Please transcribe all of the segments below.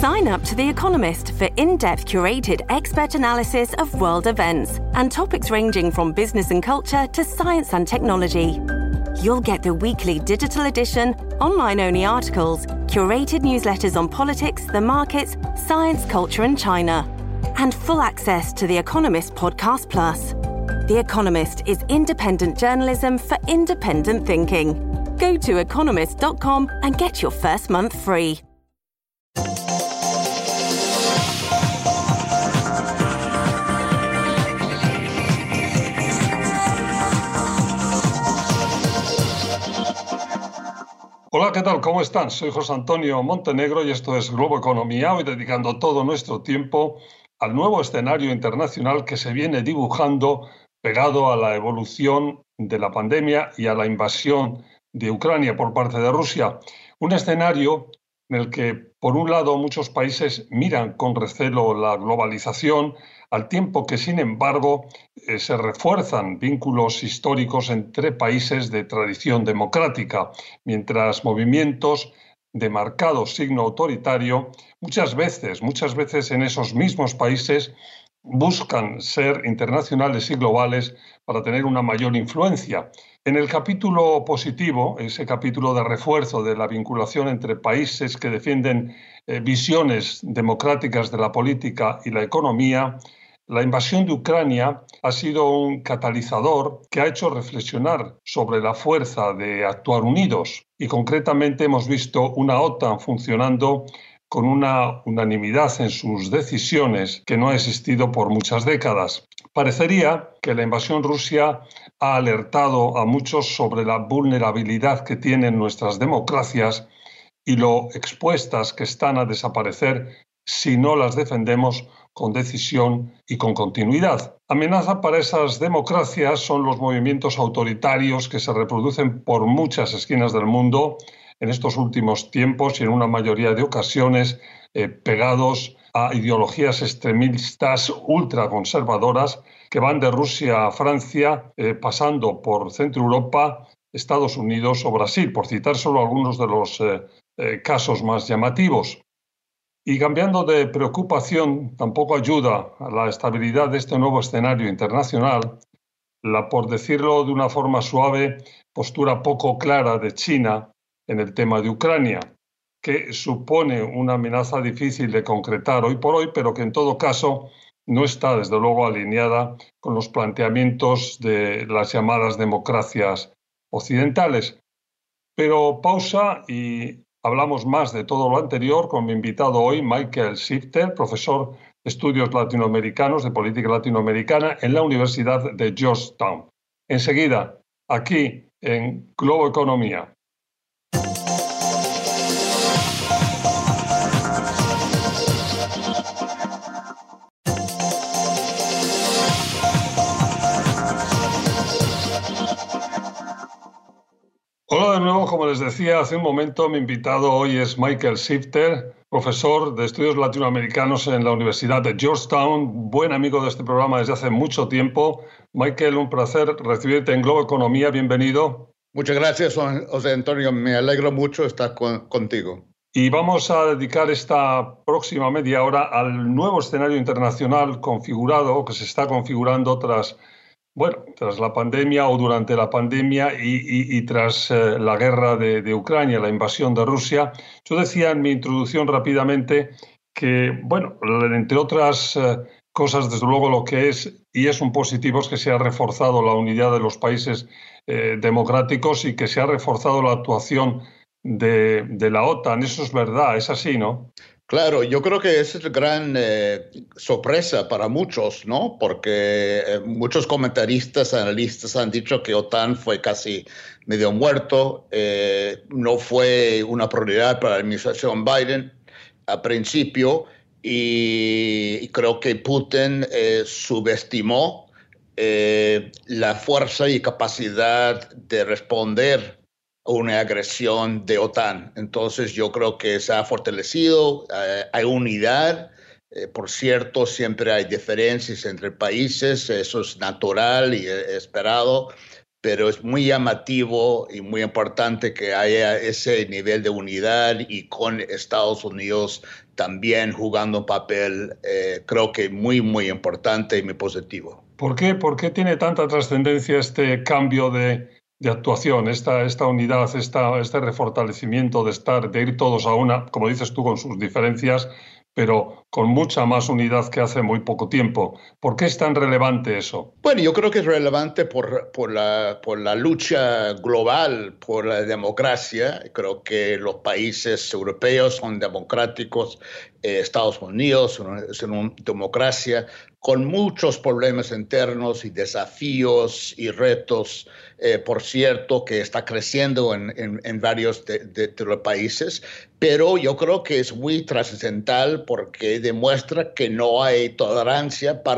Sign up to The Economist for in-depth curated expert analysis of world events and topics ranging from business and culture to science and technology. You'll get the weekly digital edition, online-only articles, curated newsletters on politics, the markets, science, culture and China, and full access to The Economist Podcast Plus. The Economist is independent journalism for independent thinking. Go to economist.com and get your first month free. Hola, ¿qué tal? ¿Cómo están? Soy José Antonio Montenegro y esto es Globo Economía, hoy dedicando todo nuestro tiempo al nuevo escenario internacional que se viene dibujando pegado a la evolución de la pandemia y a la invasión de Ucrania por parte de Rusia. Un escenario en el que, por un lado, muchos países miran con recelo la globalización, al tiempo que, sin embargo, se refuerzan vínculos históricos entre países de tradición democrática, mientras movimientos de marcado signo autoritario muchas veces en esos mismos países buscan ser internacionales y globales para tener una mayor influencia. En el capítulo positivo, ese capítulo de refuerzo de la vinculación entre países que defienden visiones democráticas de la política y la economía, la invasión de Ucrania ha sido un catalizador que ha hecho reflexionar sobre la fuerza de actuar unidos y concretamente hemos visto una OTAN funcionando con una unanimidad en sus decisiones que no ha existido por muchas décadas. Parecería que la invasión rusa ha alertado a muchos sobre la vulnerabilidad que tienen nuestras democracias y lo expuestas que están a desaparecer si no las defendemos con decisión y con continuidad. Amenaza para esas democracias son los movimientos autoritarios que se reproducen por muchas esquinas del mundo en estos últimos tiempos y en una mayoría de ocasiones pegados a ideologías extremistas ultraconservadoras que van de Rusia a Francia, pasando por Centro Europa, Estados Unidos o Brasil, por citar solo algunos de los casos más llamativos. Y cambiando de preocupación, tampoco ayuda a la estabilidad de este nuevo escenario internacional la, por decirlo de una forma suave, postura poco clara de China en el tema de Ucrania, que supone una amenaza difícil de concretar hoy por hoy, pero que en todo caso no está desde luego alineada con los planteamientos de las llamadas democracias occidentales. Pero pausa y hablamos más de todo lo anterior con mi invitado hoy, Michael Shifter, profesor de Estudios Latinoamericanos de Política Latinoamericana en la Universidad de Georgetown. Enseguida, aquí en Globo Economía. Hola de nuevo, como les decía hace un momento, mi invitado hoy es Michael Shifter, profesor de Estudios Latinoamericanos en la Universidad de Georgetown, buen amigo de este programa desde hace mucho tiempo. Michael, un placer recibirte en Globo Economía, bienvenido. Muchas gracias, José Antonio, me alegro mucho estar contigo. Y vamos a dedicar esta próxima media hora al nuevo escenario internacional configurado, que se está configurando tras la pandemia o durante la pandemia y tras la guerra de Ucrania, la invasión de Rusia. Yo decía en mi introducción rápidamente que, entre otras cosas, desde luego lo que es un positivo es que se ha reforzado la unidad de los países democráticos y que se ha reforzado la actuación de la OTAN. Eso es verdad, es así, ¿no? Claro, yo creo que esa es gran sorpresa para muchos, ¿no? Porque muchos comentaristas, analistas han dicho que OTAN fue casi medio muerto, no fue una prioridad para la administración Biden al principio y creo que Putin subestimó la fuerza y capacidad de responder una agresión de OTAN. Entonces yo creo que se ha fortalecido, hay unidad, por cierto, siempre hay diferencias entre países, eso es natural y esperado, pero es muy llamativo y muy importante que haya ese nivel de unidad y con Estados Unidos también jugando un papel, creo que muy, muy importante y muy positivo. ¿Por qué tiene tanta trascendencia este cambio de actuación, esta unidad, este refortalecimiento de ir todos a una, como dices tú, con sus diferencias, pero con mucha más unidad que hace muy poco tiempo? ¿Por qué es tan relevante eso? Bueno, yo creo que es relevante por la lucha global por la democracia. Creo que los países europeos son democráticos, Estados Unidos es una democracia con muchos problemas internos y desafíos y retos, por cierto, que está creciendo en varios de los países, pero yo creo que es muy trascendental porque demuestra que no hay tolerancia para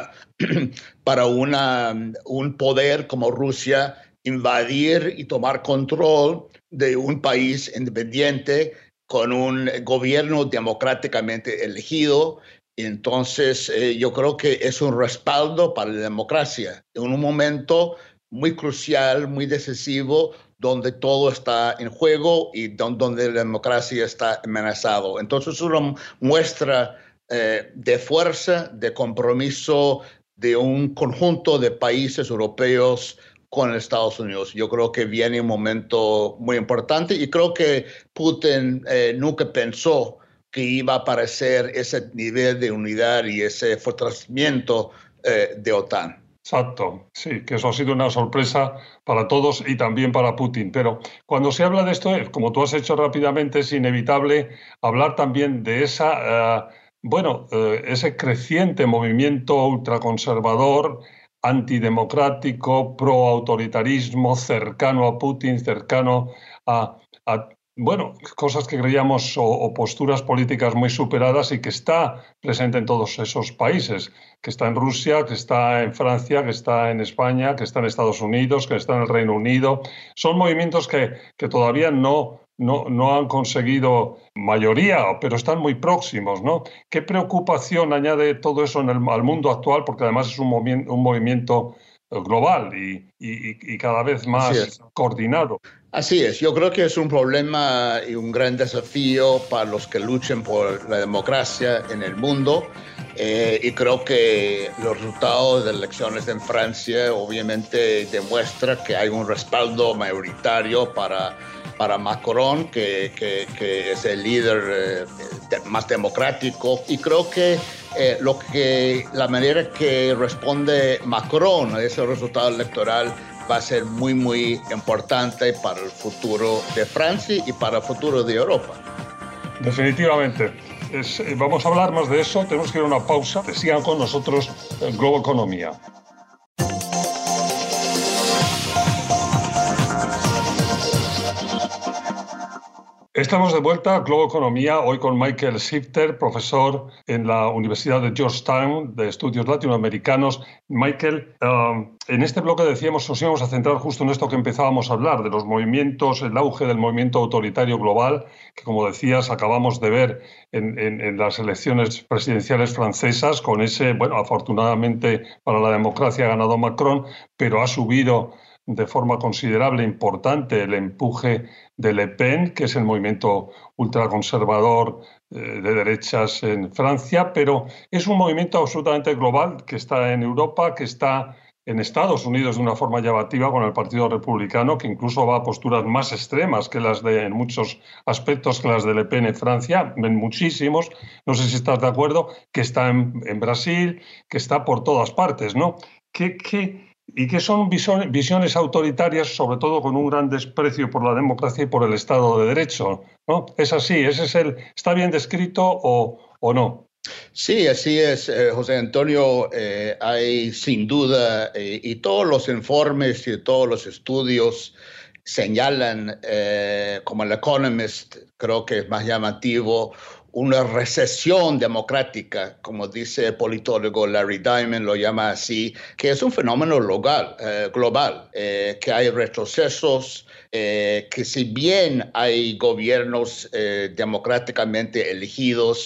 un poder como Rusia invadir y tomar control de un país independiente con un gobierno democráticamente elegido. Entonces, yo creo que es un respaldo para la democracia en un momento muy crucial, muy decisivo, donde todo está en juego y donde la democracia está amenazada. Entonces, es una muestra de fuerza, de compromiso de un conjunto de países europeos con Estados Unidos. Yo creo que viene un momento muy importante y creo que Putin nunca pensó que iba a aparecer ese nivel de unidad y ese fortalecimiento de OTAN. Exacto, sí, que eso ha sido una sorpresa para todos y también para Putin. Pero cuando se habla de esto, como tú has hecho rápidamente, es inevitable hablar también de ese creciente movimiento ultraconservador, antidemocrático, pro-autoritarismo, cercano a Putin, cercano a cosas que creíamos o posturas políticas muy superadas y que está presente en todos esos países, que está en Rusia, que está en Francia, que está en España, que está en Estados Unidos, que está en el Reino Unido. Son movimientos que todavía no han conseguido mayoría, pero están muy próximos, ¿no? ¿Qué preocupación añade todo eso al mundo actual? Porque además es un movimiento global y cada vez más coordinado. Así es, yo creo que es un problema y un gran desafío para los que luchen por la democracia en el mundo. Y creo que los resultados de elecciones en Francia obviamente demuestran que hay un respaldo mayoritario para Macron, que es el líder más democrático. Y creo que la manera que responde Macron a ese resultado electoral va a ser muy, muy importante para el futuro de Francia y para el futuro de Europa. Definitivamente. Vamos a hablar más de eso. Tenemos que ir a una pausa. Sigan con nosotros en Globo Economía. Estamos de vuelta a Globo Economía, hoy con Michael Shifter, profesor en la Universidad de Georgetown de Estudios Latinoamericanos. Michael, en este bloque decíamos que nos íbamos a centrar justo en esto que empezábamos a hablar, de los movimientos, el auge del movimiento autoritario global, que como decías acabamos de ver en las elecciones presidenciales francesas, con ese, afortunadamente para la democracia ha ganado Macron, pero ha subido de forma considerable, importante, el empuje de Le Pen, que es el movimiento ultraconservador de derechas en Francia, pero es un movimiento absolutamente global que está en Europa, que está en Estados Unidos de una forma llamativa con el Partido Republicano, que incluso va a posturas más extremas que en muchos aspectos que las de Le Pen en Francia, en muchísimos, no sé si estás de acuerdo, que está en Brasil, que está por todas partes, ¿no? Y que son visiones autoritarias, sobre todo con un gran desprecio por la democracia y por el Estado de Derecho, ¿no? Es así, ¿está bien descrito o no? Sí, así es, José Antonio. Hay sin duda, y todos los informes y todos los estudios señalan, como el Economist, creo que es más llamativo, una recesión democrática, como dice el politólogo Larry Diamond, lo llama así, que es un fenómeno global, que hay retrocesos, que si bien hay gobiernos democráticamente elegidos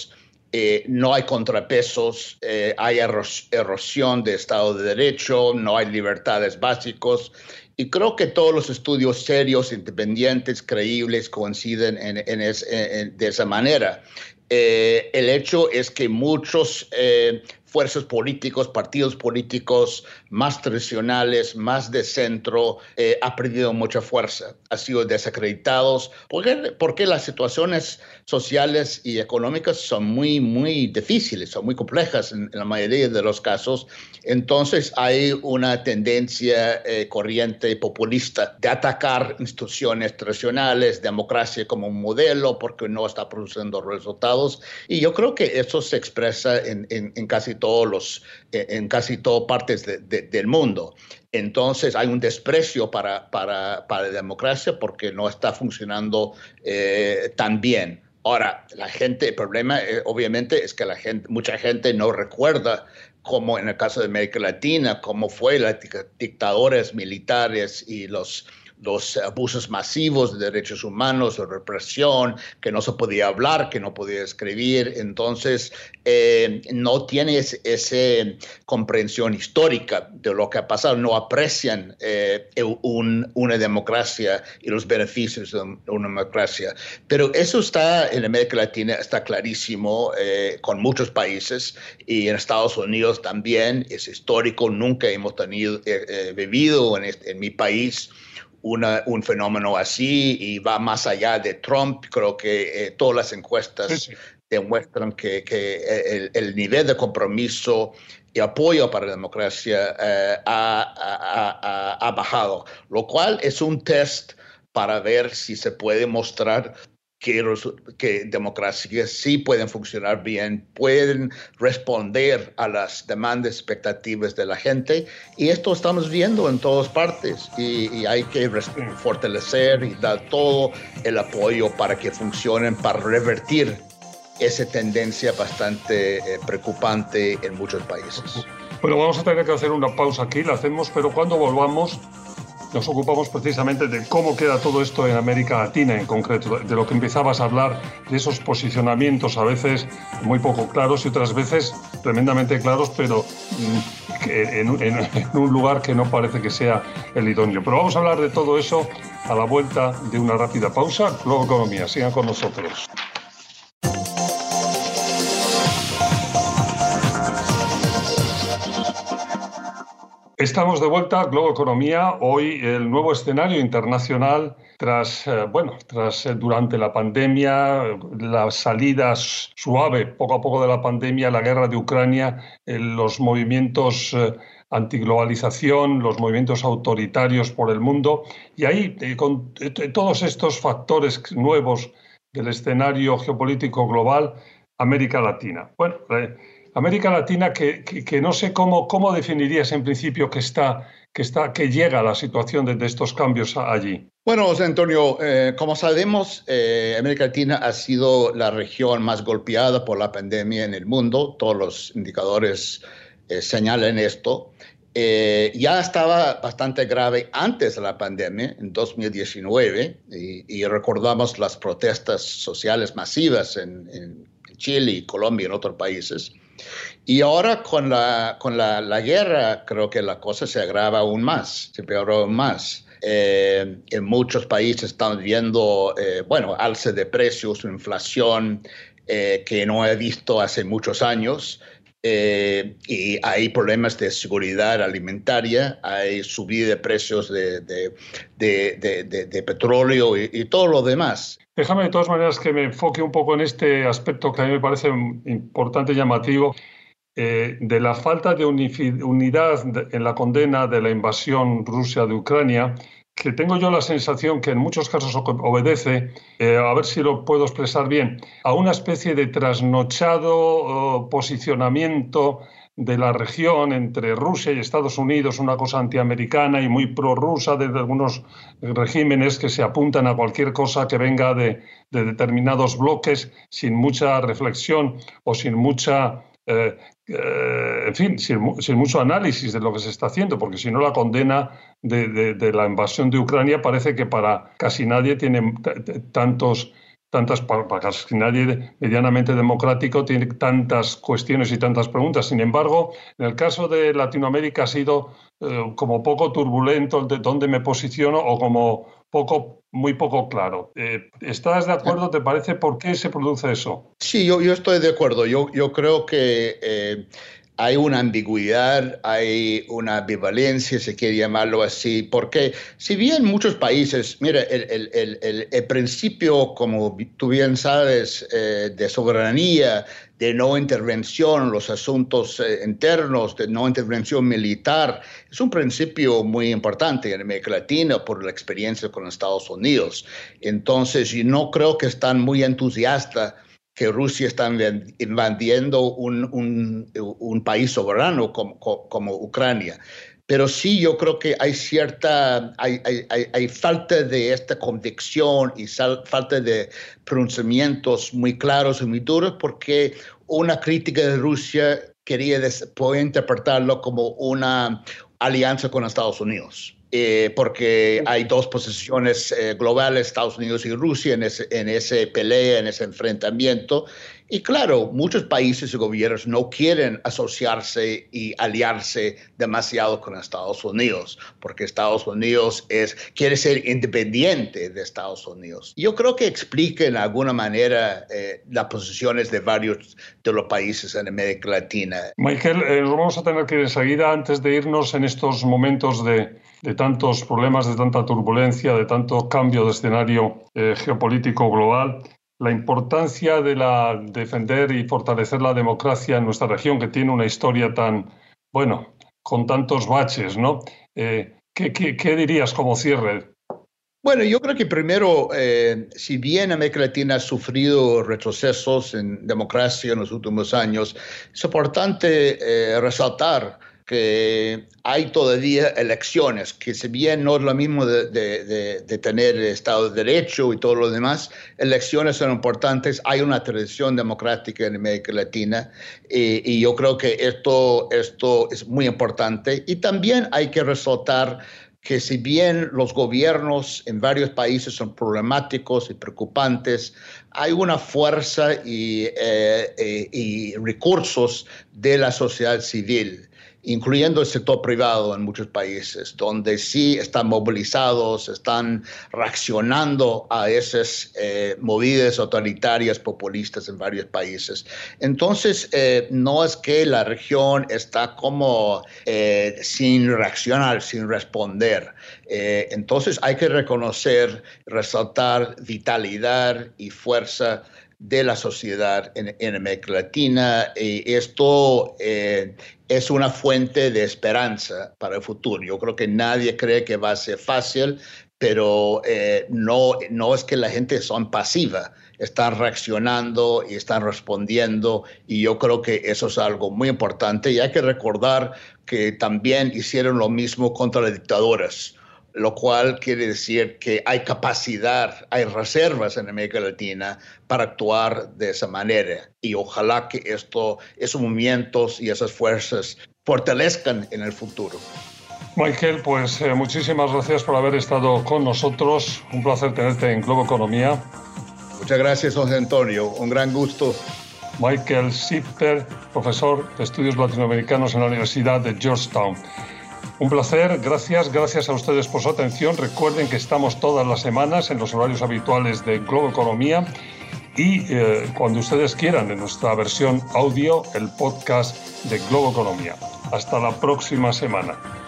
no hay contrapesos, hay erosión de Estado de Derecho, no hay libertades básicas. Y creo que todos los estudios serios, independientes, creíbles, coinciden de esa manera. El hecho es que muchos fuerzas políticos, partidos políticos más tradicionales, más de centro, ha perdido mucha fuerza, ha sido desacreditados, porque las situaciones sociales y económicas son muy, muy difíciles, son muy complejas en la mayoría de los casos. Entonces hay una tendencia corriente populista de atacar instituciones tradicionales, democracia como un modelo, porque no está produciendo resultados. Y yo creo que eso se expresa en casi todas partes del mundo. Entonces hay un desprecio para la democracia porque no está funcionando tan bien. Ahora, el problema obviamente es que mucha gente no recuerda, como en el caso de América Latina, cómo fue las dictaduras militares y los abusos masivos de derechos humanos, de represión, que no se podía hablar, que no podía escribir. Entonces, no tiene esa comprensión histórica de lo que ha pasado, no aprecian una democracia y los beneficios de una democracia. Pero eso en América Latina está clarísimo con muchos países y en Estados Unidos también es histórico. Nunca hemos vivido en mi país un fenómeno así y va más allá de Trump. Creo que todas las encuestas demuestran que el nivel de compromiso y apoyo para la democracia ha bajado, lo cual es un test para ver si se puede mostrar que democracias sí pueden funcionar bien, pueden responder a las demandas, expectativas de la gente, y esto estamos viendo en todas partes, y hay que fortalecer y dar todo el apoyo para que funcionen, para revertir esa tendencia bastante preocupante en muchos países. Bueno, vamos a tener que hacer una pausa aquí, la hacemos, pero cuando volvamos nos ocupamos precisamente de cómo queda todo esto en América Latina en concreto, de lo que empezabas a hablar, de esos posicionamientos a veces muy poco claros y otras veces tremendamente claros, pero en un lugar que no parece que sea el idóneo. Pero vamos a hablar de todo eso a la vuelta de una rápida pausa. Globo Economía, sigan con nosotros. Estamos de vuelta, Globo Economía. Hoy el nuevo escenario internacional durante la pandemia, la salida suave poco a poco de la pandemia, la guerra de Ucrania, los movimientos antiglobalización, los movimientos autoritarios por el mundo. Y ahí, con todos estos factores nuevos del escenario geopolítico global, América Latina. Bueno, América Latina, que no sé cómo definirías en principio que llega a la situación de estos cambios allí. Bueno, José Antonio, como sabemos, América Latina ha sido la región más golpeada por la pandemia en el mundo. Todos los indicadores señalan esto. Ya estaba bastante grave antes de la pandemia, en 2019, y recordamos las protestas sociales masivas en Chile y Colombia y en otros países. Y ahora con la guerra creo que la cosa se agrava aún más, se empeoró aún más. En muchos países estamos viendo alza de precios, inflación que no he visto hace muchos años. Y hay problemas de seguridad alimentaria, hay subida de precios de petróleo y todo lo demás. Déjame de todas maneras que me enfoque un poco en este aspecto que a mí me parece importante y llamativo, de la falta de unidad en la condena de la invasión rusa de Ucrania, que tengo yo la sensación que en muchos casos obedece, a ver si lo puedo expresar bien, a una especie de trasnochado posicionamiento de la región entre Rusia y Estados Unidos, una cosa antiamericana y muy prorrusa de algunos regímenes que se apuntan a cualquier cosa que venga de determinados bloques sin mucha reflexión o sin mucha... sin mucho análisis de lo que se está haciendo, porque si no la condena de la invasión de Ucrania parece que para casi nadie tiene tantos para casi nadie medianamente democrático tiene tantas cuestiones y tantas preguntas. Sin embargo, en el caso de Latinoamérica ha sido como poco turbulento de dónde me posiciono o como muy poco claro. ¿Estás de acuerdo? ¿Te parece? ¿Por qué se produce eso? Sí, yo estoy de acuerdo. Yo creo que hay una ambigüedad, hay una ambivalencia, si quiere llamarlo así, porque si bien muchos países, mira, el principio, como tú bien sabes, de soberanía, de no intervención en los asuntos internos, de no intervención militar, es un principio muy importante en América Latina por la experiencia con Estados Unidos. Entonces, yo no creo que están muy entusiastas que Rusia está invadiendo un país soberano como Ucrania. Pero sí, yo creo que hay falta de esta convicción y falta de pronunciamientos muy claros y muy duros, porque una crítica de Rusia puede interpretarlo como una alianza con Estados Unidos. Porque hay dos posiciones globales, Estados Unidos y Rusia, en ese pelea, en ese enfrentamiento. Y claro, muchos países y gobiernos no quieren asociarse y aliarse demasiado con Estados Unidos, porque Estados Unidos quiere ser independiente de Estados Unidos. Yo creo que explica en alguna manera las posiciones de varios de los países en América Latina. Michael, nos vamos a tener que ir enseguida, antes de irnos en estos momentos de tantos problemas, de tanta turbulencia, de tanto cambio de escenario geopolítico global. La importancia de defender y fortalecer la democracia en nuestra región, que tiene una historia con tantos baches, ¿no? ¿Qué dirías como cierre? Bueno, yo creo que primero, si bien América Latina ha sufrido retrocesos en democracia en los últimos años, es importante resaltar que hay todavía elecciones, que si bien no es lo mismo de tener Estado de Derecho y todo lo demás, elecciones son importantes, hay una tradición democrática en América Latina y yo creo que esto es muy importante. Y también hay que resaltar que si bien los gobiernos en varios países son problemáticos y preocupantes, hay una fuerza y recursos de la sociedad civil, incluyendo el sector privado en muchos países, donde sí están movilizados, están reaccionando a esas movidas autoritarias populistas en varios países. Entonces, no es que la región está como sin reaccionar, sin responder. Entonces, hay que reconocer, resaltar vitalidad y fuerza de la sociedad en América Latina, y esto es una fuente de esperanza para el futuro. Yo creo que nadie cree que va a ser fácil, pero no es que la gente son pasiva, están reaccionando y están respondiendo, y yo creo que eso es algo muy importante. Y hay que recordar que también hicieron lo mismo contra las dictaduras, lo cual quiere decir que hay capacidad, hay reservas en América Latina para actuar de esa manera. Y ojalá que esos movimientos y esas fuerzas fortalezcan en el futuro. Michael, pues muchísimas gracias por haber estado con nosotros. Un placer tenerte en Globo Economía. Muchas gracias, José Antonio. Un gran gusto. Michael Sifter, profesor de Estudios Latinoamericanos en la Universidad de Georgetown. Un placer, gracias a ustedes por su atención. Recuerden que estamos todas las semanas en los horarios habituales de Globo Economía y cuando ustedes quieran en nuestra versión audio, el podcast de Globo Economía. Hasta la próxima semana.